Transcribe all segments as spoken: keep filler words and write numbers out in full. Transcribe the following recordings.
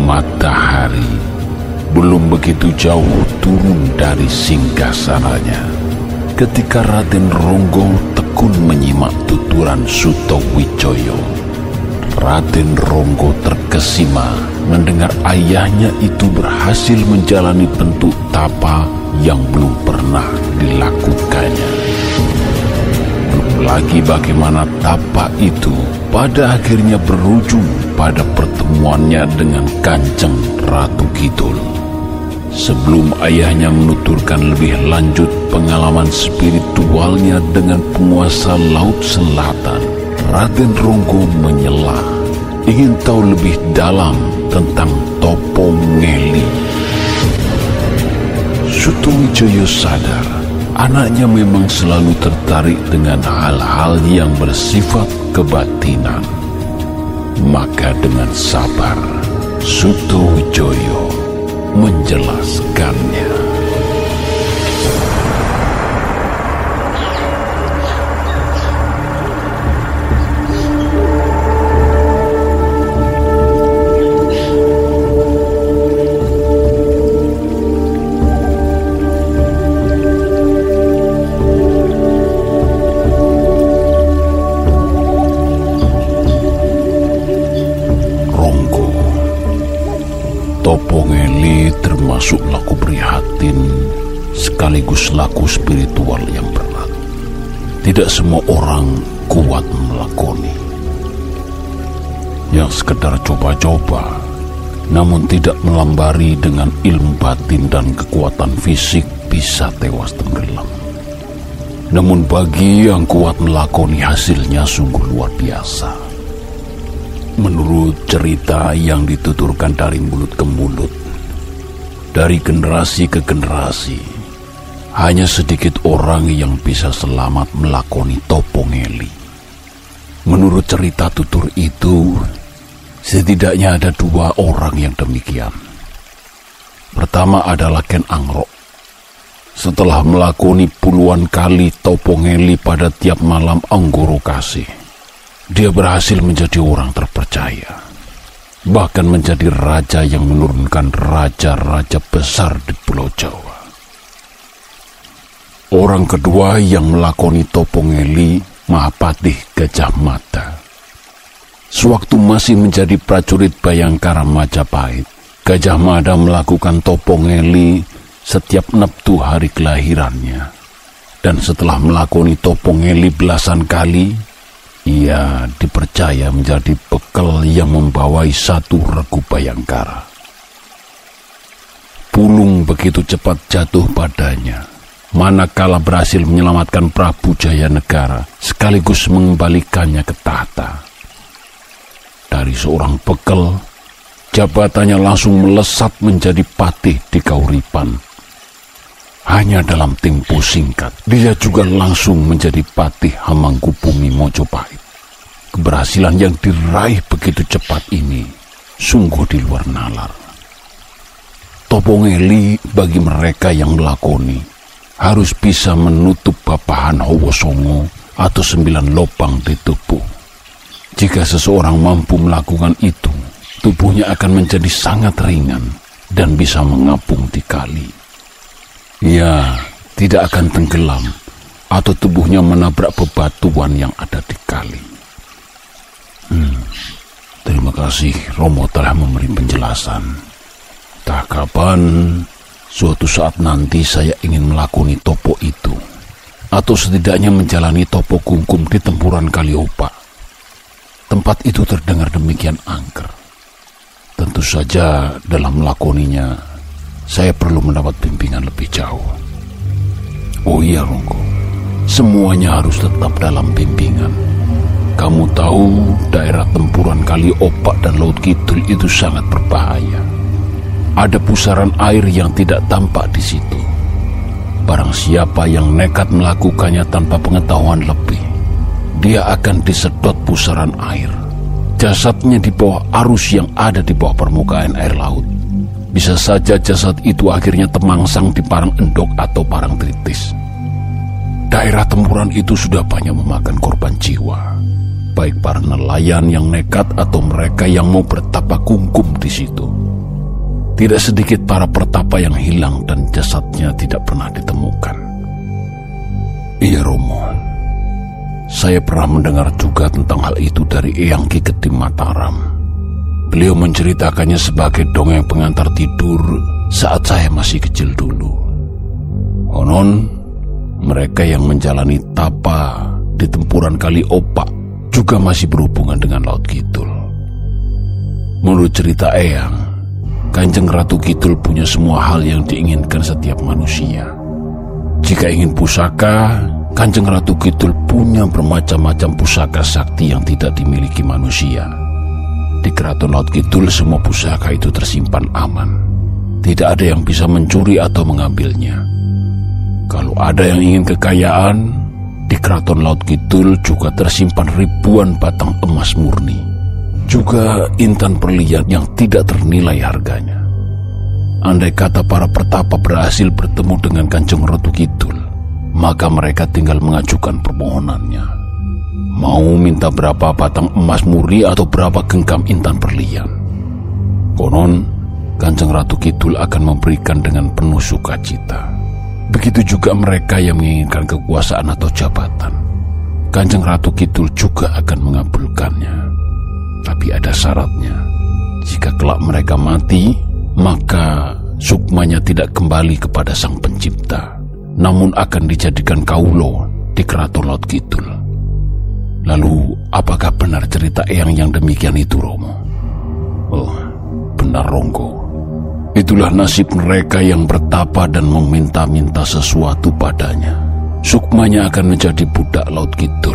Matahari belum begitu jauh turun dari singgasananya ketika Raden Ronggo tekun menyimak tuturan Sutawijaya. Raden Ronggo terkesima mendengar ayahnya itu berhasil menjalani bentuk tapa yang belum pernah dilakukannya. Belum lagi bagaimana tapa itu pada akhirnya berujung pada pertemuannya dengan Kanjeng Ratu Kidul. Sebelum ayahnya menuturkan lebih lanjut pengalaman spiritualnya dengan penguasa Laut Selatan, Raden Ronggo menyela, ingin tahu lebih dalam tentang Topo Ngeli. Sutawijaya sadar anaknya memang selalu tertarik dengan hal-hal yang bersifat kebatinan. Maka dengan sabar Sutawijaya menjelaskannya. Topo Ngeli termasuk laku prihatin sekaligus laku spiritual yang berat. Tidak semua orang kuat melakoni. Yang sekedar coba-coba, namun tidak melambari dengan ilmu batin dan kekuatan fisik bisa tewas tenggelam. Namun bagi yang kuat melakoni, hasilnya sungguh luar biasa. Menurut cerita yang dituturkan dari mulut ke mulut, dari generasi ke generasi, hanya sedikit orang yang bisa selamat melakoni Topo Ngeli. Menurut cerita tutur itu, setidaknya ada dua orang yang demikian. Pertama adalah Ken Angrok. Setelah melakoni puluhan kali Topo Ngeli pada tiap malam Anggoro Kasih, dia berhasil menjadi orang terpercaya, bahkan menjadi raja yang menurunkan raja-raja besar di Pulau Jawa. Orang kedua yang melakoni Topo Ngeli, Mahapatih Gajah Mada. Sewaktu masih menjadi prajurit Bayangkara Majapahit, Gajah Mada melakukan Topo Ngeli setiap Neptu hari kelahirannya. Dan setelah melakoni Topo Ngeli belasan kali, ia dipercaya menjadi bekal yang membawai satu regu Bayangkara. Pulung begitu cepat jatuh padanya, manakala berhasil menyelamatkan Prabu Jayanegara sekaligus mengembalikannya ke tahta. Dari seorang bekal, jabatannya langsung melesat menjadi patih di Kauripan. Hanya dalam tempo singkat, dia juga langsung menjadi patih Hamangkubumi Mojopahit. Keberhasilan yang diraih begitu cepat ini sungguh di luar nalar. Topo Ngeli bagi mereka yang melakoni harus bisa menutup bapahan Hawa Songo atau sembilan lubang di tubuh. Jika seseorang mampu melakukan itu, tubuhnya akan menjadi sangat ringan dan bisa mengapung di kali. Ia tidak akan tenggelam atau tubuhnya menabrak bebatuan yang ada di kali. Hmm, terima kasih Romo telah memberi penjelasan. Tak kapan suatu saat nanti saya ingin melakoni topo itu, atau setidaknya menjalani topo kungkum di tempuran Kaliopak. Tempat itu terdengar demikian angker. Tentu saja dalam melakoninya saya perlu mendapat bimbingan lebih jauh. Oh iya Ronggo, semuanya harus tetap dalam bimbingan. Kamu tahu daerah tempuran Kaliopak dan Laut Kidul itu sangat berbahaya. Ada pusaran air yang tidak tampak di situ. Barang siapa yang nekat melakukannya tanpa pengetahuan lebih, dia akan disedot pusaran air. Jasadnya di bawah arus yang ada di bawah permukaan air laut. Bisa saja jasad itu akhirnya temangsang di Parang Endok atau Parang Tritis. Daerah tempuran itu sudah banyak memakan korban jiwa, baik para nelayan yang nekat atau mereka yang mau bertapa kungkum di situ. Tidak sedikit para pertapa yang hilang dan jasadnya tidak pernah ditemukan. Iya Romo, saya pernah mendengar juga tentang hal itu dari Eyang Ki Gede Mataram. Beliau menceritakannya sebagai dongeng pengantar tidur saat saya masih kecil dulu. Konon, mereka yang menjalani tapa di tempuran Kali Opak juga masih berhubungan dengan Laut Kidul. Menurut cerita Eyang, Kanjeng Ratu Kidul punya semua hal yang diinginkan setiap manusia. Jika ingin pusaka, Kanjeng Ratu Kidul punya bermacam-macam pusaka sakti yang tidak dimiliki manusia. Di Keraton Laut Kidul semua pusaka itu tersimpan aman. Tidak ada yang bisa mencuri atau mengambilnya. Kalau ada yang ingin kekayaan, di Keraton Laut Kidul juga tersimpan ribuan batang emas murni. Juga intan perlian yang tidak ternilai harganya. Andai kata para pertapa berhasil bertemu dengan Kanjeng Ratu Kidul, maka mereka tinggal mengajukan permohonannya. Mau minta berapa batang emas murni atau berapa genggam intan perlian. Konon, Kanjeng Ratu Kidul akan memberikan dengan penuh sukacita. Begitu juga mereka yang menginginkan kekuasaan atau jabatan. Kanjeng Ratu Kidul juga akan mengabulkannya. Tapi ada syaratnya. Jika kelak mereka mati, maka sukmanya tidak kembali kepada Sang Pencipta, namun akan dijadikan kaulo di Keraton Laut Kidul. Lalu, apakah benar cerita Eyang yang demikian itu, Romo? Oh, benar, Ronggo. Itulah nasib mereka yang bertapa dan meminta-minta sesuatu padanya. Sukmanya akan menjadi budak Laut Kidul.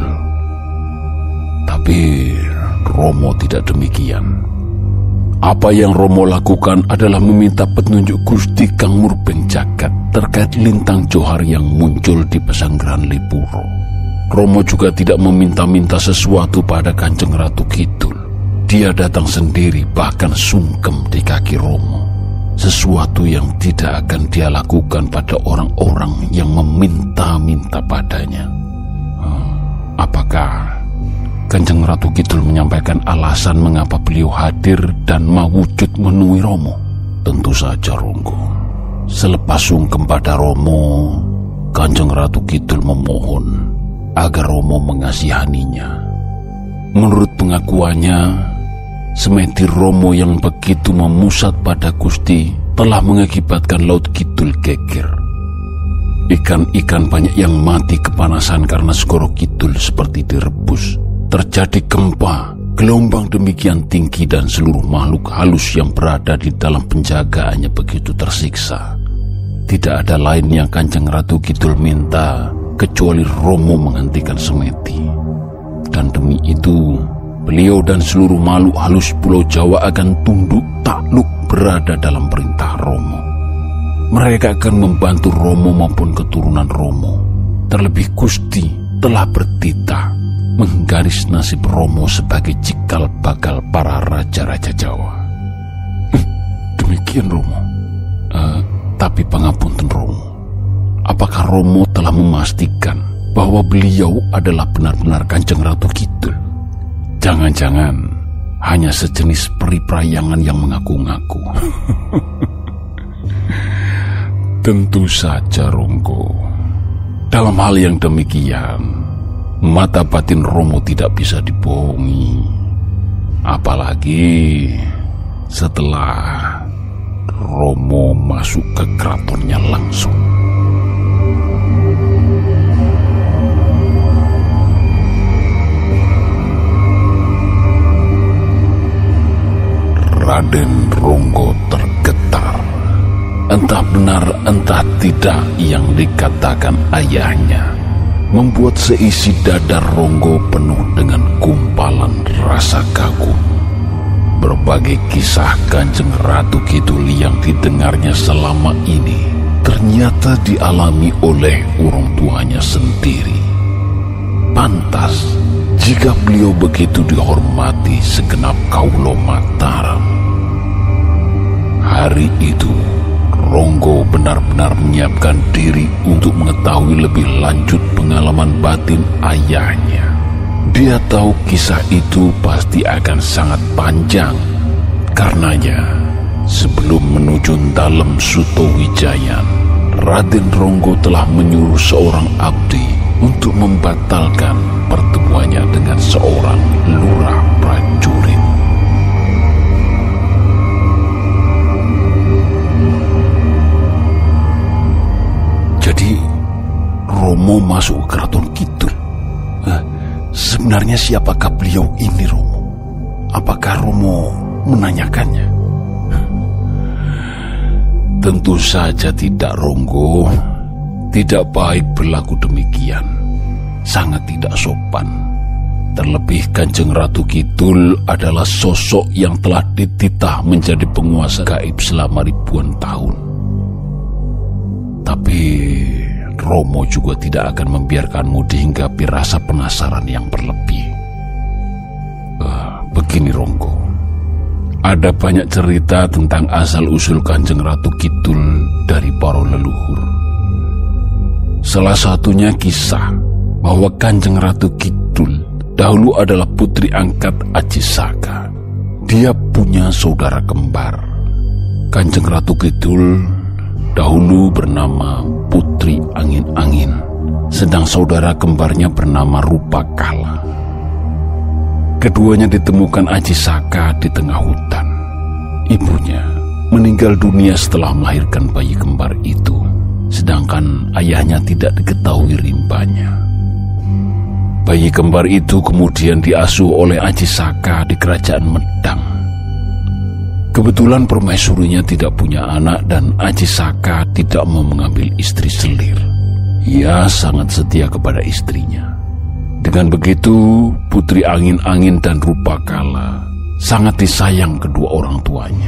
Tapi Romo tidak demikian. Apa yang Romo lakukan adalah meminta petunjuk Gusti Kang Murbeng Jagat terkait lintang johar yang muncul di Pesanggrahan Lipuro. Romo juga tidak meminta-minta sesuatu pada Kanjeng Ratu Kidul. Dia datang sendiri, bahkan sungkem di kaki Romo. Sesuatu yang tidak akan dia lakukan pada orang-orang yang meminta-minta padanya. Hmm, apakah Kanjeng Ratu Kidul menyampaikan alasan mengapa beliau hadir dan mau wujud menemui Romo? Tentu saja, Ronggo. Selepas sungkem pada Romo, Kanjeng Ratu Kidul memohon agar Romo mengasihaninya. Menurut pengakuannya, semedi Romo yang begitu memusat pada Gusti telah mengakibatkan Laut Kidul geger. Ikan-ikan banyak yang mati kepanasan karena Segoro Kidul seperti direbus. Terjadi gempa, gelombang demikian tinggi dan seluruh makhluk halus yang berada di dalam penjagaannya begitu tersiksa. Tidak ada lain yang Kanjeng Ratu Kidul minta kecuali Romo menghentikan semedi. Dan demi itu, beliau dan seluruh makhluk halus Pulau Jawa akan tunduk takluk berada dalam perintah Romo. Mereka akan membantu Romo maupun keturunan Romo. Terlebih Gusti telah bertitah menggaris nasib Romo sebagai cikal bakal para raja-raja Jawa. Demikian, Romo. Uh, tapi pangapunten, Romo. Apakah Romo telah memastikan bahwa beliau adalah benar-benar Kanjeng Ratu Kidul? Jangan-jangan hanya sejenis peri prayangan yang mengaku-ngaku. Tentu saja, Ronggo. Dalam hal yang demikian, mata batin Romo tidak bisa dibohongi. Apalagi setelah Romo masuk ke keratonnya langsung. Raden Ronggo tergetar. Entah benar entah tidak yang dikatakan ayahnya membuat seisi dada Ronggo penuh dengan gumpalan rasa kagum. Berbagai kisah Kanjeng Ratu Kidul yang didengarnya selama ini ternyata dialami oleh orang tuanya sendiri. Pantas jika beliau begitu dihormati segenap kaulo Mataram. Hari itu Ronggo benar-benar menyiapkan diri untuk mengetahui lebih lanjut pengalaman batin ayahnya. Dia tahu kisah itu pasti akan sangat panjang. Karenanya, Sebelum menuju Dalem Sutowijayan, Raden Ronggo telah menyuruh seorang abdi untuk membatalkan pertemuannya dengan seorang lurah prajurit. Jadi Romo masuk ke Keraton Kidul. Nah, sebenarnya siapakah beliau ini, Romo? Apakah Romo menanyakannya? Tentu saja tidak, Ronggo. Tidak baik berlaku demikian. Sangat tidak sopan. Terlebih Kanjeng Ratu Kidul adalah sosok yang telah dititah menjadi penguasa gaib selama ribuan tahun. Tapi Romo juga tidak akan membiarkanmu dihinggapi rasa penasaran yang berlebih. Uh, begini, Ronggo. Ada banyak cerita tentang asal-usul Kanjeng Ratu Kidul dari para leluhur. Salah satunya kisah bahwa Kanjeng Ratu Kidul dahulu adalah putri angkat Aji Saka. Dia punya saudara kembar. Kanjeng Ratu Kidul dahulu bernama Putri Angin-Angin, sedang saudara kembarnya bernama Rupakala. Keduanya ditemukan Aji Saka di tengah hutan. Ibunya meninggal dunia setelah melahirkan bayi kembar itu, sedangkan ayahnya tidak diketahui rimbanya. Bayi kembar itu kemudian diasuh oleh Aji Saka di kerajaan Medang. Kebetulan permaisurinya tidak punya anak dan Aji Saka tidak mau mengambil istri selir. Ia sangat setia kepada istrinya. Dengan begitu, Putri Angin-Angin dan Rupakala sangat disayang kedua orang tuanya.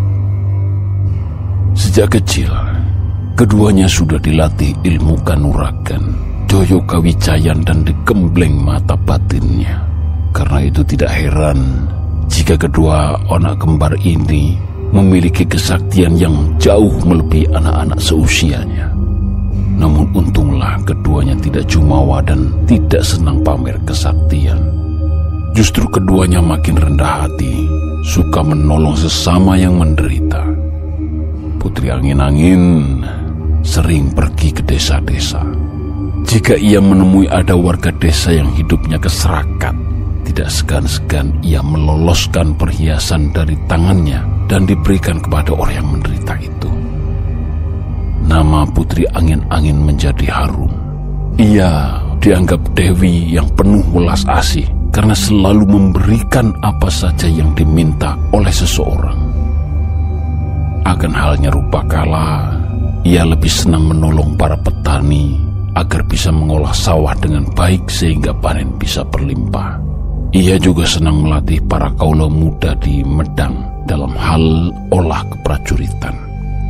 Sejak kecil, keduanya sudah dilatih ilmu kanuragan, Joyo Kawijayan dan digembleng mata batinnya. Karena itu tidak heran jika kedua anak kembar ini memiliki kesaktian yang jauh melebihi anak-anak seusianya. Namun untunglah keduanya tidak jumawa dan tidak senang pamer kesaktian. Justru keduanya makin rendah hati, suka menolong sesama yang menderita. Putri Angin-Angin sering pergi ke desa-desa. Jika ia menemui ada warga desa yang hidupnya keserakat, tidak segan-segan ia meloloskan perhiasan dari tangannya dan diberikan kepada orang yang menderita itu. Nama Putri Angin-Angin menjadi harum. Ia dianggap dewi yang penuh welas asih karena selalu memberikan apa saja yang diminta oleh seseorang. Akan halnya Rupakala, ia lebih senang menolong para petani agar bisa mengolah sawah dengan baik sehingga panen bisa berlimpah. Ia juga senang melatih para kaula muda di Medang dalam hal olah keprajuritan.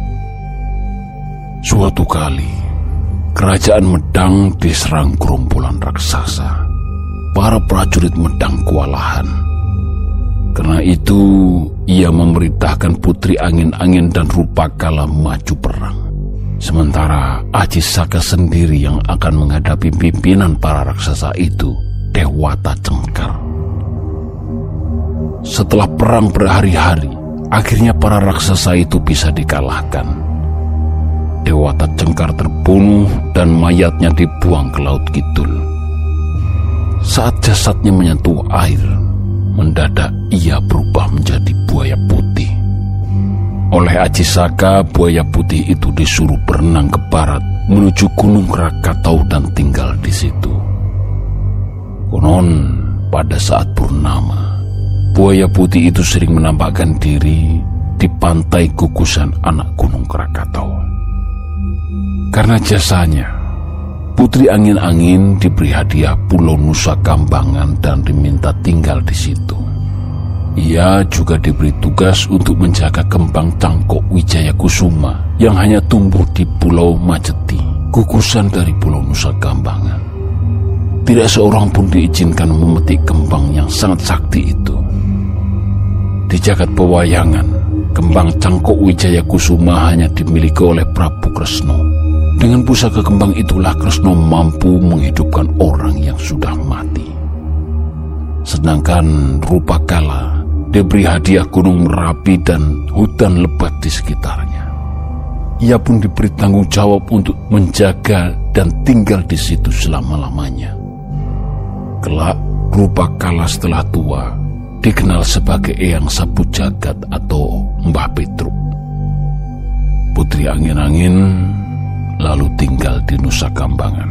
Suatu kali, kerajaan Medang diserang gerombolan raksasa. Para prajurit Medang kewalahan. Karena itu, ia memerintahkan Putri Angin-Angin dan Rupakala maju perang. Sementara Aji Saka sendiri yang akan menghadapi pimpinan para raksasa itu, Dewata Cengkar. Setelah perang berhari-hari, akhirnya para raksasa itu bisa dikalahkan. Dewata Cengkar terbunuh dan mayatnya dibuang ke Laut Kidul. Saat jasadnya menyentuh air, mendadak ia berubah menjadi buaya putih. Oleh Aji Saka, buaya putih itu disuruh berenang ke barat menuju Gunung Krakatau dan tinggal di situ. Konon, pada saat purnama, buaya putih itu sering menampakkan diri di pantai gugusan anak Gunung Krakatau. Karena jasanya, Putri Angin-Angin diberi hadiah Pulau Nusa Kambangan dan diminta tinggal di situ. Ia juga diberi tugas untuk menjaga kembang cangkok Wijaya Kusuma yang hanya tumbuh di Pulau Majeti, gugusan dari Pulau Nusa Kambangan. Tidak seorang pun diizinkan memetik kembang yang sangat sakti itu. Di jagat pewayangan, kembang cangkok Wijaya Kusuma hanya dimiliki oleh Prabu Kresna. Dengan pusaka kembang itulah Kresna mampu menghidupkan orang yang sudah mati. Sedangkan Rupakala diberi hadiah gunung Merapi dan hutan lebat di sekitarnya. Ia pun diberi tanggung jawab untuk menjaga dan tinggal di situ selama-lamanya. Kelak, Rupakala setelah tua, dikenal sebagai Eyang Sapu Jagat atau Mbah Petruk. Putri Angin-Angin lalu tinggal di Nusa Kambangan.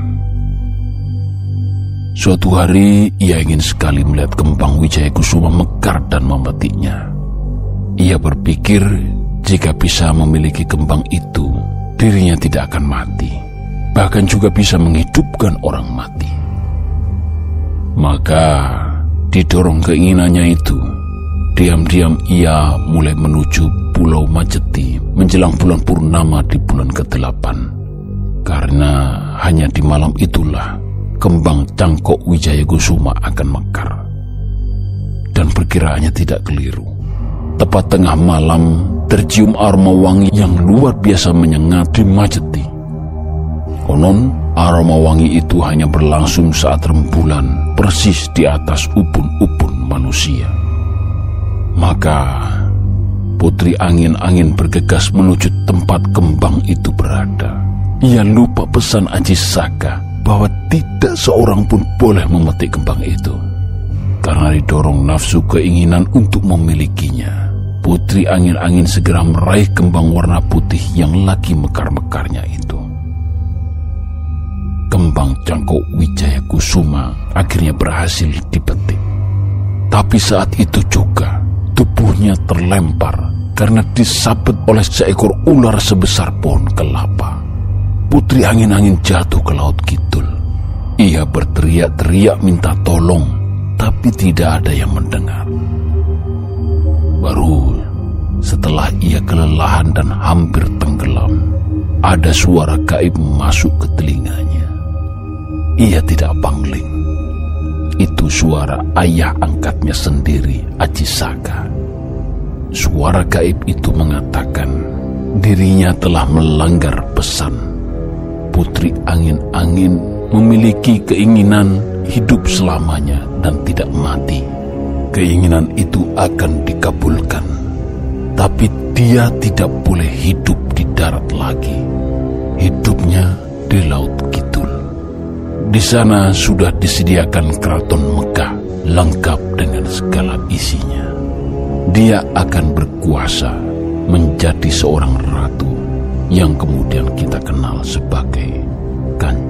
Suatu hari, ia ingin sekali melihat kembang Wijaya Kusuma mekar dan memetiknya. Ia berpikir jika bisa memiliki kembang itu, dirinya tidak akan mati, bahkan juga bisa menghidupkan orang mati. Maka, didorong keinginannya itu, diam-diam ia mulai menuju Pulau Majeti menjelang bulan purnama di bulan kedelapan. Karena hanya di malam itulah kembang Cangkok Wijaya Kusuma akan mekar. Dan perkiraannya tidak keliru. Tepat tengah malam, tercium aroma wangi yang luar biasa menyengat di Majeti. Konon, aroma wangi itu hanya berlangsung saat rembulan persis di atas ubun-ubun manusia. Maka, Putri Angin-Angin bergegas menuju tempat kembang itu berada. Ia lupa pesan Aji Saka bahwa tidak seorang pun boleh memetik kembang itu. Karena didorong nafsu keinginan untuk memilikinya, Putri Angin-Angin segera meraih kembang warna putih yang lagi mekar-mekarnya itu. Kembang Cangkok Wijaya Kusuma akhirnya berhasil dipetik. Tapi saat itu juga tubuhnya terlempar karena disabet oleh seekor ular sebesar pohon kelapa. Putri Angin-Angin jatuh ke laut kidul. Ia berteriak-teriak minta tolong, tapi tidak ada yang mendengar. Baru setelah ia kelelahan dan hampir tenggelam, ada suara gaib masuk ke telinganya. Ia tidak pangling. Itu suara ayah angkatnya sendiri, Aji Saka. Suara gaib itu mengatakan dirinya telah melanggar pesan. Putri Angin-Angin memiliki keinginan hidup selamanya dan tidak mati. Keinginan itu akan dikabulkan, tapi dia tidak boleh hidup di darat lagi. Hidupnya di Laut Kidul. Di sana sudah disediakan keraton Mekah lengkap dengan segala isinya. Dia akan berkuasa menjadi seorang ratu yang kemudian kita kenal sebagai Kanjeng